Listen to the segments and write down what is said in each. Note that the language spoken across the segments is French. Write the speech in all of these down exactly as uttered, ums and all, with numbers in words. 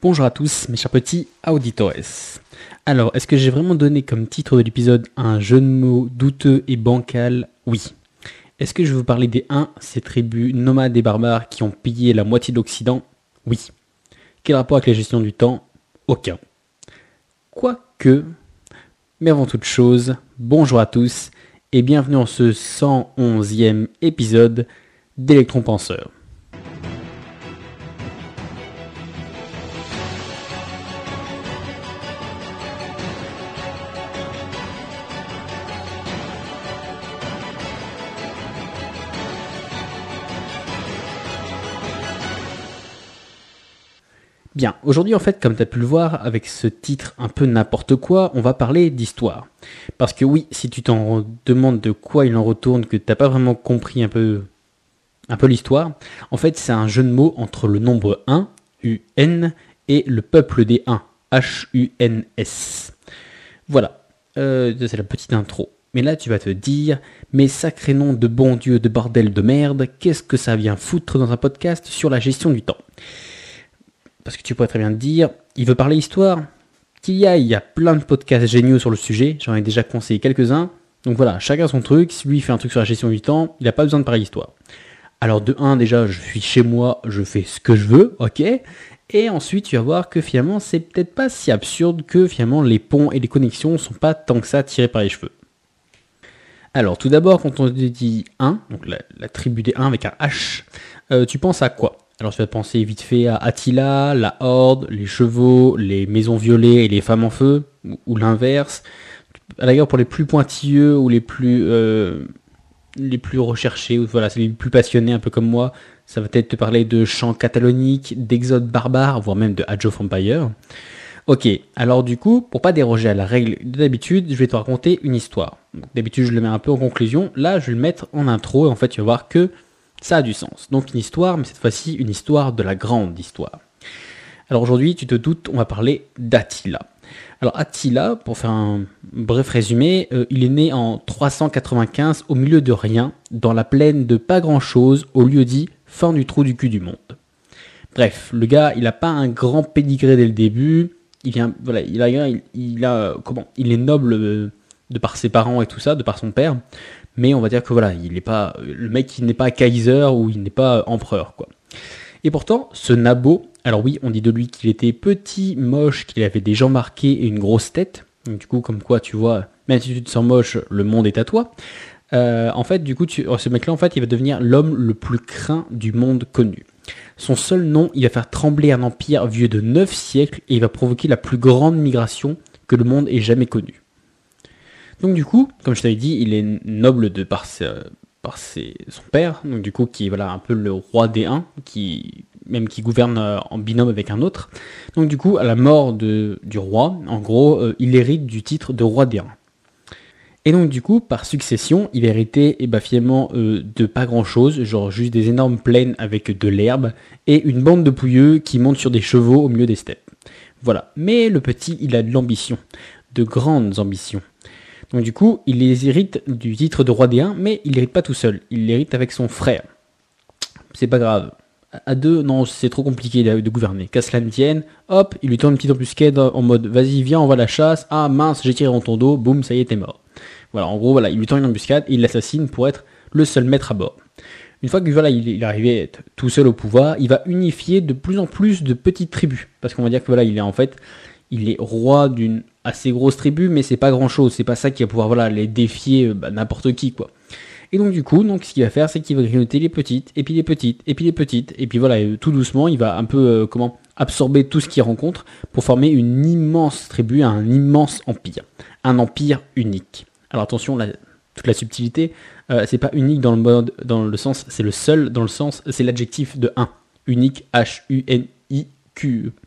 Bonjour à tous mes chers petits auditores. Alors, est-ce que j'ai vraiment donné comme titre de l'épisode un jeu de mots douteux et bancal? Oui. Est-ce que je vais vous parler des Huns, ces tribus nomades et barbares qui ont pillé la moitié de l'Occident? Oui. Quel rapport avec la gestion du temps? Aucun. Quoique, mais avant toute chose, bonjour à tous et bienvenue en ce cent onzième épisode d'Electron Penseur. Bien, aujourd'hui en fait, comme tu as pu le voir, avec ce titre un peu n'importe quoi, on va parler d'histoire. Parce que oui, si tu t'en demandes de quoi il en retourne, que tu n'as pas vraiment compris un peu, un peu l'histoire, en fait c'est un jeu de mots entre le nombre un, U N, et le peuple des Huns, H U N S. Voilà, euh, c'est la petite intro. Mais là tu vas te dire, mais sacré nom de bon Dieu de bordel de merde, qu'est-ce que ça vient foutre dans un podcast sur la gestion du temps ? Parce que tu pourrais très bien te dire, il veut parler histoire, qu'il y a, il y a plein de podcasts géniaux sur le sujet, j'en ai déjà conseillé quelques-uns, donc voilà, chacun son truc, si lui il fait un truc sur la gestion du temps, il n'a pas besoin de parler histoire. Alors de un, déjà, je suis chez moi, je fais ce que je veux, ok, et ensuite tu vas voir que finalement c'est peut-être pas si absurde que finalement les ponts et les connexions sont pas tant que ça tirés par les cheveux. Alors tout d'abord, quand on te dit Huns, donc la, la tribu des Huns avec un H, euh, tu penses à quoi ? Alors tu vas penser vite fait à Attila, la Horde, les chevaux, les maisons violées et les femmes en feu, ou, ou l'inverse. À la rigueur, pour les plus pointilleux ou les plus euh, les plus recherchés, ou voilà, c'est les plus passionnés, un peu comme moi, ça va peut-être te parler de chants cataloniques, d'exodes barbares, voire même de Age of Empires. Ok, alors du coup, pour pas déroger à la règle d'habitude, je vais te raconter une histoire. Donc, d'habitude, je le mets un peu en conclusion. Là, je vais le mettre en intro, et en fait, tu vas voir que ça a du sens. Donc une histoire, mais cette fois-ci une histoire de la grande histoire. Alors aujourd'hui, tu te doutes, on va parler d'Attila. Alors Attila, pour faire un bref résumé, euh, il est né en trois cent quatre-vingt-quinze au milieu de rien, dans la plaine de pas grand-chose, au lieu dit fin du trou du cul du monde. Bref, le gars, il a pas un grand pédigré dès le début. Il vient, voilà, il a, il, il a, comment, il est noble euh, de par ses parents et tout ça, de par son père. Mais on va dire que voilà, il est pas, le mec il n'est pas Kaiser ou il n'est pas empereur, quoi. Et pourtant, ce Nabo, alors oui, on dit de lui qu'il était petit, moche, qu'il avait des jambes marquées et une grosse tête. Donc, du coup, comme quoi, tu vois, même si tu te sens moche, le monde est à toi. Euh, en fait, du coup, tu, ce mec-là, en fait, il va devenir l'homme le plus craint du monde connu. Son seul nom, il va faire trembler un empire vieux de neuf siècles et il va provoquer la plus grande migration que le monde ait jamais connue. Donc du coup, comme je t'avais dit, il est noble de par, ses, par ses, son père, donc du coup qui est voilà un peu le roi des Huns, qui même qui gouverne en binôme avec un autre. Donc du coup, à la mort de, du roi, en gros, euh, il hérite du titre de roi des Huns. Et donc du coup, par succession, il héritait eh ben, finalement euh, de pas grand chose, genre juste des énormes plaines avec de l'herbe et une bande de pouilleux qui montent sur des chevaux au milieu des steppes. Voilà. Mais le petit, il a de l'ambition, de grandes ambitions. Donc du coup, il les hérite du titre de roi des Huns, mais il l'hérite pas tout seul, il l'hérite avec son frère. C'est pas grave. À deux, non, c'est trop compliqué de gouverner. Qu'à cela ne tienne, hop, il lui tourne une petite embuscade en mode « Vas-y, viens, on va à la chasse. Ah mince, j'ai tiré dans ton dos, boum, ça y est, t'es mort. » Voilà, en gros, voilà, il lui tourne une embuscade et il l'assassine pour être le seul maître à bord. Une fois que voilà, il est arrivé à être tout seul au pouvoir, il va unifier de plus en plus de petites tribus. Parce qu'on va dire que voilà, il est en fait, il est roi d'une assez grosse tribu, mais c'est pas grand chose, c'est pas ça qui va pouvoir voilà, les défier bah, n'importe qui, quoi. Et donc du coup, donc, ce qu'il va faire, c'est qu'il va grignoter les petites, et puis les petites, et puis les petites, et puis voilà, tout doucement, il va un peu, euh, comment, absorber tout ce qu'il rencontre pour former une immense tribu, un immense empire. Un empire unique. Alors attention, la, toute la subtilité, euh, c'est pas unique dans le mode, dans le sens, c'est le seul, dans le sens, c'est l'adjectif de un. Unique, H U N I Q E.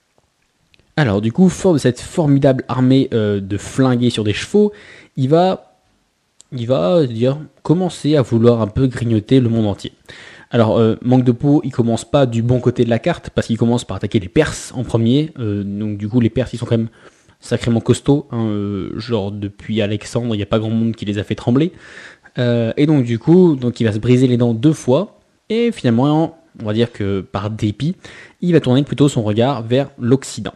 Alors du coup, fort de cette formidable armée euh, de flingués sur des chevaux, il va, il va dire, commencer à vouloir un peu grignoter le monde entier. Alors, euh, manque de peau, il commence pas du bon côté de la carte, parce qu'il commence par attaquer les Perses en premier. Euh, donc du coup, les Perses, ils sont quand même sacrément costauds. Hein, euh, genre, depuis Alexandre, il n'y a pas grand monde qui les a fait trembler. Euh, et donc du coup, donc il va se briser les dents deux fois. Et finalement, on va dire que par dépit, il va tourner plutôt son regard vers l'Occident.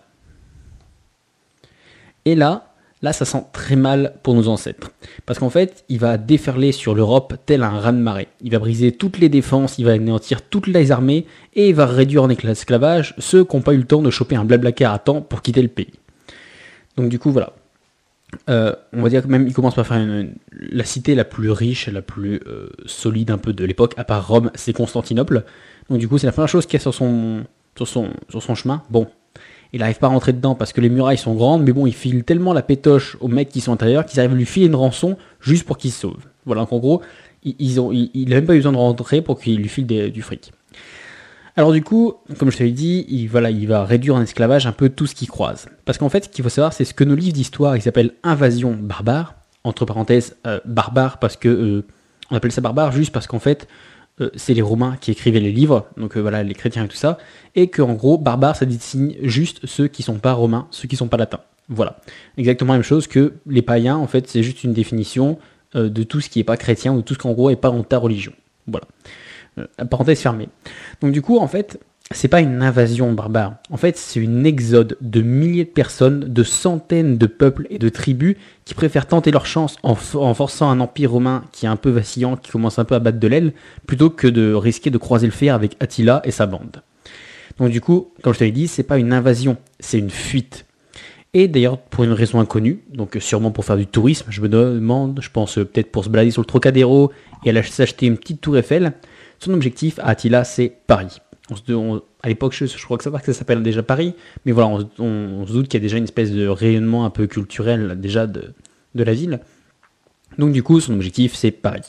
Et là, là ça sent très mal pour nos ancêtres. Parce qu'en fait, il va déferler sur l'Europe tel un raz-de-marée. Il va briser toutes les défenses, il va anéantir toutes les armées, et il va réduire en esclavage ceux qui n'ont pas eu le temps de choper un blablacar à temps pour quitter le pays. Donc du coup, voilà. Euh, on va dire que même il commence par faire une, une, la cité la plus riche, la plus euh, solide un peu de l'époque, à part Rome, c'est Constantinople. Donc du coup, c'est la première chose qu'il y a sur son, sur son, sur son chemin. Bon, il n'arrive pas à rentrer dedans parce que les murailles sont grandes, mais bon, il file tellement la pétoche aux mecs qui sont à l'intérieur qu'ils arrivent à lui filer une rançon juste pour qu'il se sauve. Voilà, donc en gros, ils, ils ont, il, il a même pas eu besoin de rentrer pour qu'il lui file des, du fric. Alors du coup, comme je te l'ai dit, il, voilà, il va réduire en esclavage un peu tout ce qu'il croise. Parce qu'en fait, ce qu'il faut savoir, c'est ce que nos livres d'histoire, ils s'appellent Invasion barbare, entre parenthèses, euh, barbare, parce que, euh, on appelle ça barbare juste parce qu'en fait, euh, c'est les Romains qui écrivaient les livres, donc euh, voilà, les chrétiens et tout ça, et qu'en gros, barbare, ça désigne juste ceux qui sont pas romains, ceux qui sont pas latins. Voilà. Exactement la même chose que les païens, en fait, c'est juste une définition euh, de tout ce qui est pas chrétien, ou de tout ce qu'en gros est pas dans ta religion. Voilà. Euh, parenthèse fermée. Donc du coup, en fait, c'est pas une invasion barbare. En fait, c'est une exode de milliers de personnes, de centaines de peuples et de tribus qui préfèrent tenter leur chance en, for- en forçant un empire romain qui est un peu vacillant, qui commence un peu à battre de l'aile, plutôt que de risquer de croiser le fer avec Attila et sa bande. Donc du coup, comme je te l'ai dit, c'est pas une invasion, c'est une fuite. Et d'ailleurs, pour une raison inconnue, donc sûrement pour faire du tourisme, je me demande, je pense peut-être pour se balader sur le Trocadéro et aller s'acheter une petite tour Eiffel. Son objectif à Attila, c'est Paris. On se, on, à l'époque, je, je crois que ça, que ça s'appelle déjà Paris, mais voilà, on, on, on se doute qu'il y a déjà une espèce de rayonnement un peu culturel déjà de, de la ville. Donc du coup, son objectif, c'est Paris.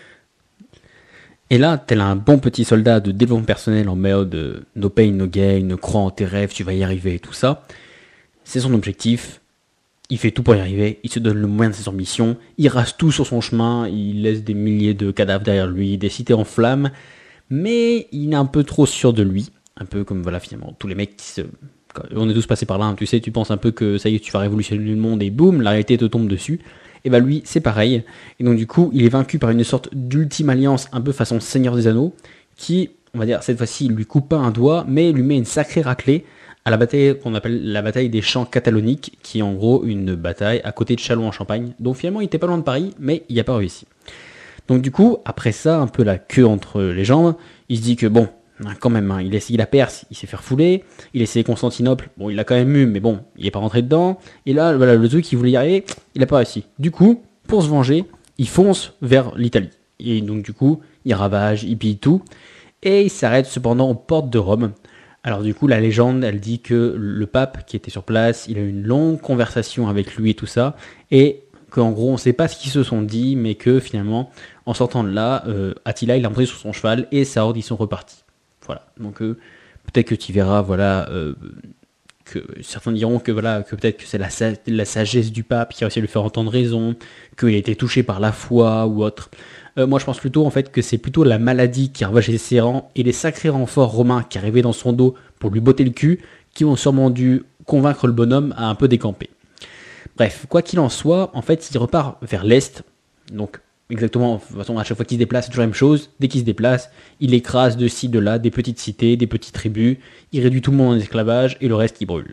Et là, tel un bon petit soldat de développement personnel en mode euh, no pain, no gain, crois en tes rêves, tu vas y arriver et tout ça, c'est son objectif. Il fait tout pour y arriver, il se donne le moyen de ses ambitions, il rase tout sur son chemin, il laisse des milliers de cadavres derrière lui, des cités en flammes, mais il est un peu trop sûr de lui, un peu comme voilà finalement tous les mecs qui se... On est tous passés par là, hein, tu sais, tu penses un peu que ça y est, tu vas révolutionner le monde et boum, la réalité te tombe dessus. Et bah lui, c'est pareil, et donc du coup, il est vaincu par une sorte d'ultime alliance, un peu façon Seigneur des Anneaux, qui, on va dire, cette fois-ci, il lui coupe pas un doigt, mais lui met une sacrée raclée à la bataille qu'on appelle la bataille des champs cataloniques, qui est en gros une bataille à côté de Châlons en Champagne. Donc finalement, il était pas loin de Paris, mais il n'y a pas réussi. Donc du coup, après ça, un peu la queue entre les jambes, il se dit que bon, quand même, hein, il a essayé la Perse, il s'est fait refouler, il a essayé Constantinople, bon, il l'a quand même eu, mais bon, il est pas rentré dedans, et là, voilà, le truc, il voulait y arriver, il a pas réussi. Du coup, pour se venger, il fonce vers l'Italie. Et donc du coup, il ravage, il pille tout, et il s'arrête cependant aux portes de Rome. Alors du coup, la légende, elle dit que le pape qui était sur place, il a eu une longue conversation avec lui et tout ça, et qu'en gros, on ne sait pas ce qu'ils se sont dit, mais que finalement, en sortant de là, euh, Attila, il a monté sur son cheval, et sa horde, ils sont repartis. Voilà, donc euh, peut-être que tu verras, voilà, euh, que certains diront que voilà, que peut-être que c'est la, sa- la sagesse du pape qui a réussi à lui faire entendre raison, qu'il a été touché par la foi ou autre. Euh, moi, je pense plutôt en fait que c'est plutôt la maladie qui ravagé ses rangs et les sacrés renforts romains qui arrivaient dans son dos pour lui botter le cul, qui ont sûrement dû convaincre le bonhomme à un peu décamper. Bref, quoi qu'il en soit, en fait, il repart vers l'est. Donc, exactement, de toute façon, à chaque fois qu'il se déplace, c'est toujours la même chose. Dès qu'il se déplace, il écrase de ci, de là, des petites cités, des petites tribus. Il réduit tout le monde en esclavage et le reste, il brûle.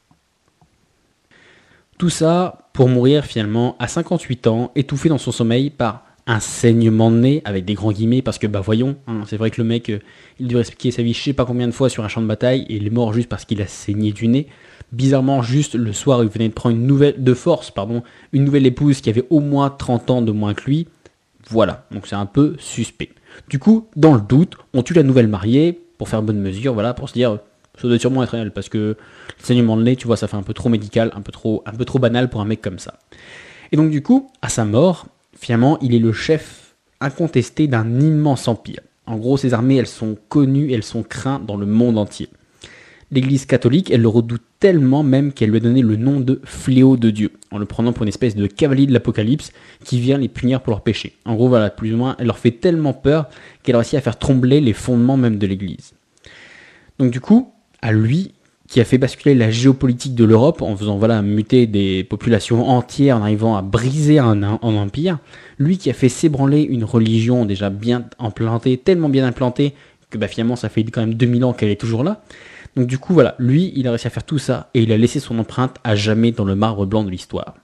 Tout ça pour mourir finalement à cinquante-huit ans, étouffé dans son sommeil par un saignement de nez, avec des grands guillemets, parce que bah voyons, hein, c'est vrai que le mec, euh, il devrait expliquer sa vie je sais pas combien de fois sur un champ de bataille, et il est mort juste parce qu'il a saigné du nez. Bizarrement, juste le soir, il venait de prendre une nouvelle, de force, pardon, une nouvelle épouse qui avait au moins trente ans de moins que lui. Voilà, donc c'est un peu suspect. Du coup, dans le doute, on tue la nouvelle mariée, pour faire bonne mesure, voilà, pour se dire, ça doit sûrement être elle, parce que le saignement de nez, tu vois, ça fait un peu trop médical, un peu trop, un peu trop banal pour un mec comme ça. Et donc du coup, à sa mort, finalement, il est le chef incontesté d'un immense empire. En gros, ses armées, elles sont connues, elles sont craintes dans le monde entier. L'Église catholique, elle le redoute tellement même qu'elle lui a donné le nom de fléau de Dieu, en le prenant pour une espèce de cavalier de l'Apocalypse qui vient les punir pour leurs péchés. En gros, voilà, plus ou moins, elle leur fait tellement peur qu'elle réussit à faire trembler les fondements même de l'Église. Donc du coup, à lui, qui a fait basculer la géopolitique de l'Europe en faisant voilà muter des populations entières, en arrivant à briser un, un, un empire, lui qui a fait s'ébranler une religion déjà bien implantée, tellement bien implantée que bah, finalement ça fait quand même deux mille ans qu'elle est toujours là. Donc du coup voilà, lui il a réussi à faire tout ça et il a laissé son empreinte à jamais dans le marbre blanc de l'histoire.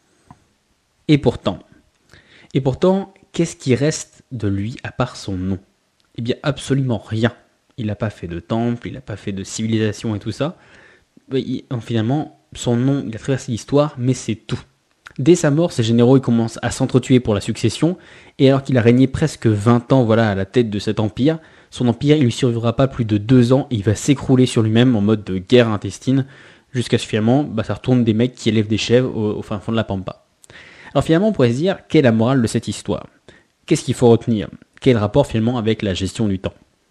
Et pourtant, et pourtant, qu'est-ce qui reste de lui à part son nom ? Eh bien absolument rien. Il n'a pas fait de temple, il n'a pas fait de civilisation et tout ça. Il, finalement, son nom, il a traversé l'histoire, mais c'est tout. Dès sa mort, ses généraux ils commencent à s'entretuer pour la succession, et alors qu'il a régné presque vingt ans voilà, à la tête de cet empire, son empire il lui survivra pas plus de deux ans, et il va s'écrouler sur lui-même en mode de guerre intestine, jusqu'à ce que finalement, bah, ça retourne des mecs qui élèvent des chèvres au, au fin fond de la pampa. Alors finalement, on pourrait se dire, quelle est la morale de cette histoire ? Qu'est-ce qu'il faut retenir ? Quel rapport finalement avec la gestion du temps ?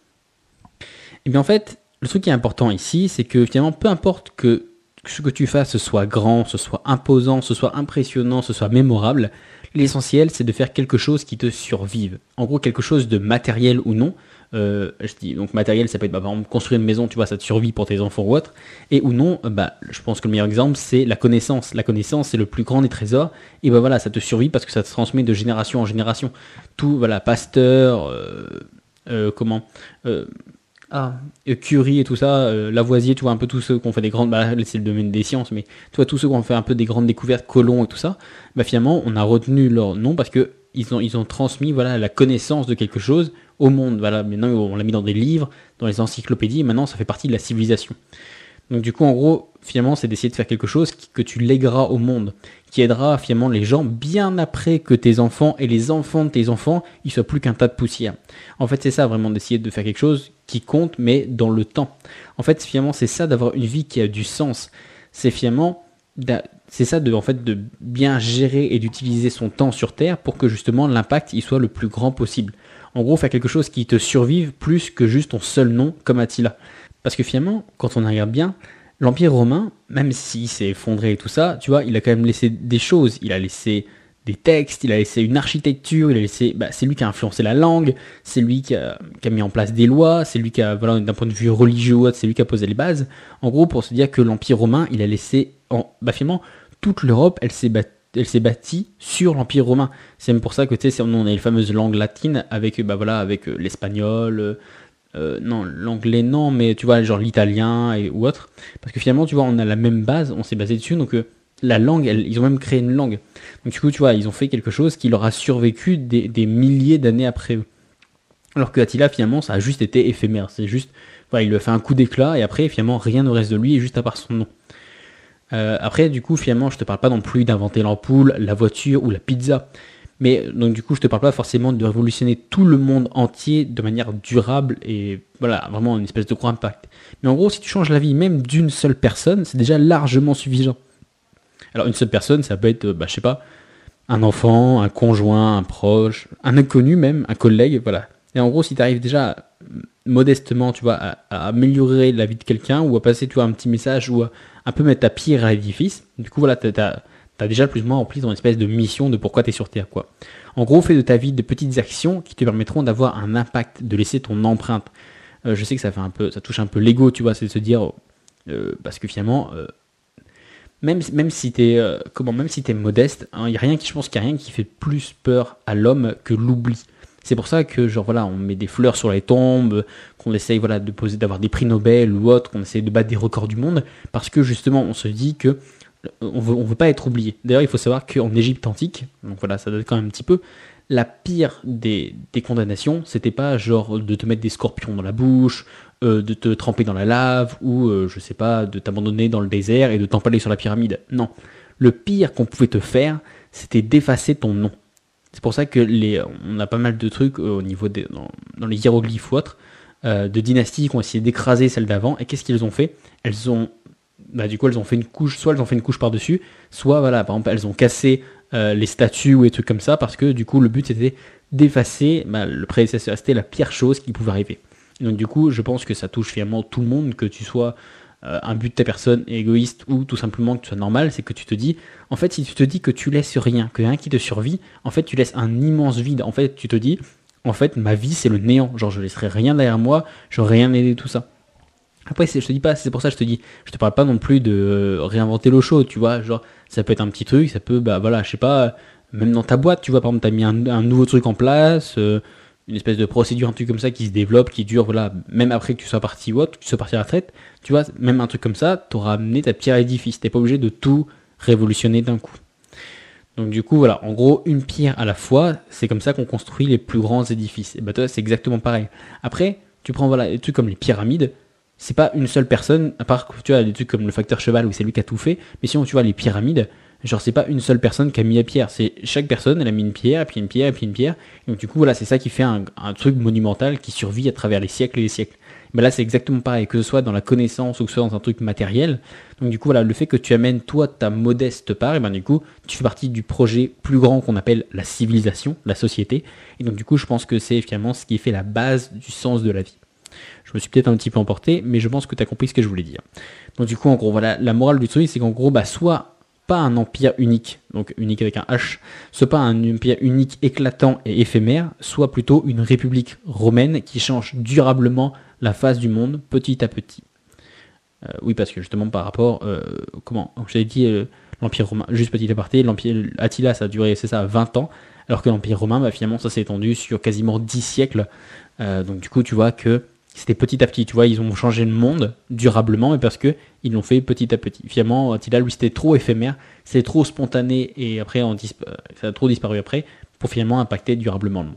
Et bien en fait, le truc qui est important ici, c'est que finalement, peu importe que ce que tu fasses, ce soit grand, ce soit imposant, ce soit impressionnant, ce soit mémorable, l'essentiel, c'est de faire quelque chose qui te survive. En gros, quelque chose de matériel ou non. Euh, je dis, donc matériel, ça peut être bah, par exemple construire une maison, tu vois, ça te survit pour tes enfants ou autre. Et ou non, bah, je pense que le meilleur exemple, c'est la connaissance. La connaissance, c'est le plus grand des trésors. Et bah voilà, ça te survit parce que ça te transmet de génération en génération. Tout, voilà, Pasteur, euh, euh, comment euh, Ah, Curie et tout ça, euh, Lavoisier, tu vois, un peu tous ceux qui ont fait des grandes, bah c'est le domaine des sciences, mais tu vois, tous ceux qui ont fait un peu des grandes découvertes, Colomb et tout ça, bah finalement, on a retenu leur nom parce que ils ont, ils ont transmis, voilà, la connaissance de quelque chose au monde, voilà, maintenant on l'a mis dans des livres, dans les encyclopédies, et maintenant ça fait partie de la civilisation. Donc du coup, en gros, finalement, c'est d'essayer de faire quelque chose qui, que tu légueras au monde, qui aidera finalement les gens bien après que tes enfants et les enfants de tes enfants, ils soient plus qu'un tas de poussière. En fait, c'est ça vraiment d'essayer de faire quelque chose qui compte, mais dans le temps. En fait, finalement, c'est ça d'avoir une vie qui a du sens. C'est finalement, c'est ça de, en fait, de bien gérer et d'utiliser son temps sur Terre pour que justement l'impact il soit le plus grand possible. En gros, faire quelque chose qui te survive plus que juste ton seul nom, comme Attila. Parce que finalement, quand on regarde bien, l'Empire romain, même s'il s'est effondré et tout ça, tu vois, il a quand même laissé des choses. Il a laissé des textes, il a laissé une architecture, il a laissé, bah, c'est lui qui a influencé la langue, c'est lui qui a, qui a mis en place des lois, c'est lui qui a, voilà, d'un point de vue religieux ou autre, c'est lui qui a posé les bases. En gros, pour se dire que l'Empire romain, il a laissé, en, bah, finalement, toute l'Europe, elle s'est bâtie. Elle s'est bâtie sur l'Empire romain. C'est même pour ça que tu sais, on a les fameuses langues latines avec, bah voilà, avec euh, l'espagnol, euh, euh, non, l'anglais non, mais tu vois, genre l'italien et, ou autre. Parce que finalement, tu vois, on a la même base, on s'est basé dessus, donc euh, la langue, elle, ils ont même créé une langue. Donc du coup, tu vois, ils ont fait quelque chose qui leur a survécu des, des milliers d'années après eux. Alors que Attila, finalement, ça a juste été éphémère. C'est juste, voilà, il lui a fait un coup d'éclat et après, finalement, rien ne reste de lui, juste à part son nom. Euh, après, du coup, finalement, je te parle pas non plus d'inventer l'ampoule, la voiture ou la pizza. Mais donc, du coup, je te parle pas forcément de révolutionner tout le monde entier de manière durable et voilà, vraiment une espèce de gros impact. Mais en gros, si tu changes la vie même d'une seule personne, c'est déjà largement suffisant. Alors, une seule personne, ça peut être, bah, je sais pas, un enfant, un conjoint, un proche, un inconnu même, un collègue, voilà. Et en gros, si tu arrives déjà modestement, tu vois, à, à améliorer la vie de quelqu'un ou à passer, tu vois, un petit message ou à un peu mettre ta pierre à l'édifice, du coup, voilà, t'as, t'as, t'as déjà plus ou moins rempli ton espèce de mission de pourquoi t'es sur Terre, quoi. En gros, fais de ta vie de petites actions qui te permettront d'avoir un impact, de laisser ton empreinte. Euh, je sais que ça fait un peu, ça touche un peu l'ego, tu vois, c'est de se dire, euh, parce que finalement, euh, même, même si t'es, euh, comment, même si t'es modeste, hein, y a rien qui, je pense qu'il y a rien qui fait plus peur à l'homme que l'oubli. C'est pour ça que genre voilà, on met des fleurs sur les tombes, qu'on essaye voilà de poser, d'avoir des prix Nobel ou autre, qu'on essaye de battre des records du monde, parce que justement on se dit que on veut, on veut pas être oublié. D'ailleurs, il faut savoir qu'en Égypte antique, donc voilà, ça date quand même un petit peu, la pire des, des condamnations, c'était pas genre de te mettre des scorpions dans la bouche, euh, de te tremper dans la lave, ou euh, je sais pas, de t'abandonner dans le désert et de t'empaler sur la pyramide. Non, le pire qu'on pouvait te faire, c'était d'effacer ton nom. C'est pour ça que les, on a pas mal de trucs euh, au niveau des, dans, dans les hiéroglyphes ou autres, euh, de dynasties qui ont essayé d'écraser celles d'avant. Et qu'est-ce qu'elles ont fait ? Elles ont, bah, du coup, elles ont fait une couche, soit elles ont fait une couche par-dessus, soit, voilà, par exemple, elles ont cassé euh, les statues ou des trucs comme ça, parce que du coup, le but c'était d'effacer bah, le prédécesseur. C'était la pire chose qui pouvait arriver. Et donc, du coup, je pense que ça touche finalement tout le monde, que tu sois euh, un but de ta personne égoïste ou tout simplement que tu sois normal, c'est que tu te dis, en fait, si tu te dis que tu laisses rien, que rien qui te survit, en fait, tu laisses un immense vide. En fait, tu te dis, en fait, ma vie, c'est le néant. Genre, je laisserai rien derrière moi, j'aurai rien aidé, tout ça. Après, c'est, je te dis pas, c'est pour ça que je te dis, je te parle pas non plus de euh, réinventer l'eau chaude, tu vois. Genre, ça peut être un petit truc, ça peut, bah voilà, je sais pas, même dans ta boîte, tu vois, par exemple, t'as mis un, un nouveau truc en place, euh, une espèce de procédure, un truc comme ça qui se développe, qui dure, voilà, même après que tu sois parti ou autre, que tu sois parti à la retraite, tu vois, même un truc comme ça, t'auras amené ta pierre à l'édifice. T'es pas obligé de tout révolutionner d'un coup. Donc du coup, voilà, en gros, une pierre à la fois, c'est comme ça qu'on construit les plus grands édifices. Et bah toi, c'est exactement pareil. Après, tu prends, voilà, des trucs comme les pyramides, c'est pas une seule personne, à part, tu vois, des trucs comme le facteur cheval où c'est lui qui a tout fait, mais sinon, tu vois, les pyramides, genre, c'est pas une seule personne qui a mis la pierre, c'est chaque personne, elle a mis une pierre, et puis une pierre, et puis une pierre. Et donc, du coup, voilà, c'est ça qui fait un, un truc monumental qui survit à travers les siècles et les siècles. Ben là, c'est exactement pareil, que ce soit dans la connaissance ou que ce soit dans un truc matériel. Donc, du coup, voilà, le fait que tu amènes, toi, ta modeste part, et ben, du coup, tu fais partie du projet plus grand qu'on appelle la civilisation, la société. Et donc, du coup, je pense que c'est finalement ce qui fait la base du sens de la vie. Je me suis peut-être un petit peu emporté, mais je pense que tu as compris ce que je voulais dire. Donc, du coup, en gros, voilà, la morale du truc, c'est qu'en gros, bah, soit pas un empire unique, donc unique avec un H, soit pas un empire unique éclatant et éphémère, soit plutôt une république romaine qui change durablement la face du monde petit à petit. Euh, oui, parce que justement par rapport, euh, comment, j'avais dit euh, l'empire romain, juste petit aparté, l'empire Attila ça a duré, c'est ça, vingt ans, alors que l'empire romain, bah, finalement ça s'est étendu sur quasiment dix siècles, euh, donc du coup tu vois que c'était petit à petit, tu vois, ils ont changé le monde durablement, mais parce que ils l'ont fait petit à petit. Finalement, Attila, lui, c'était trop éphémère, c'était trop spontané, et après, on disp... ça a trop disparu après, pour finalement impacter durablement le monde.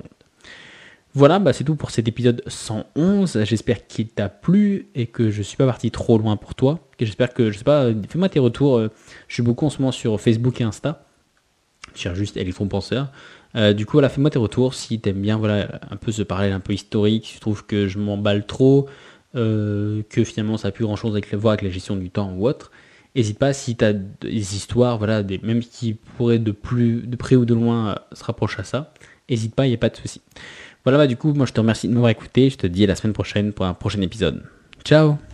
Voilà, bah c'est tout pour cet épisode cent onze. J'espère qu'il t'a plu et que je suis pas parti trop loin pour toi. Et j'espère que, je sais pas, fais-moi tes retours. Je suis beaucoup en ce moment sur Facebook et Insta. Je cherche juste Electron Penseur. Euh, du coup, voilà, fais-moi tes retours si t'aimes bien, voilà, un peu ce parallèle un peu historique, si tu trouves que je m'emballe trop, euh, que finalement ça n'a plus grand-chose à voir avec la gestion du temps ou autre. N'hésite pas si t'as des histoires, voilà, des, même qui pourraient de plus, de près ou de loin euh, se rapprocher à ça. N'hésite pas, il n'y a pas de souci. Voilà, bah du coup, moi je te remercie de m'avoir écouté. Je te dis à la semaine prochaine pour un prochain épisode. Ciao!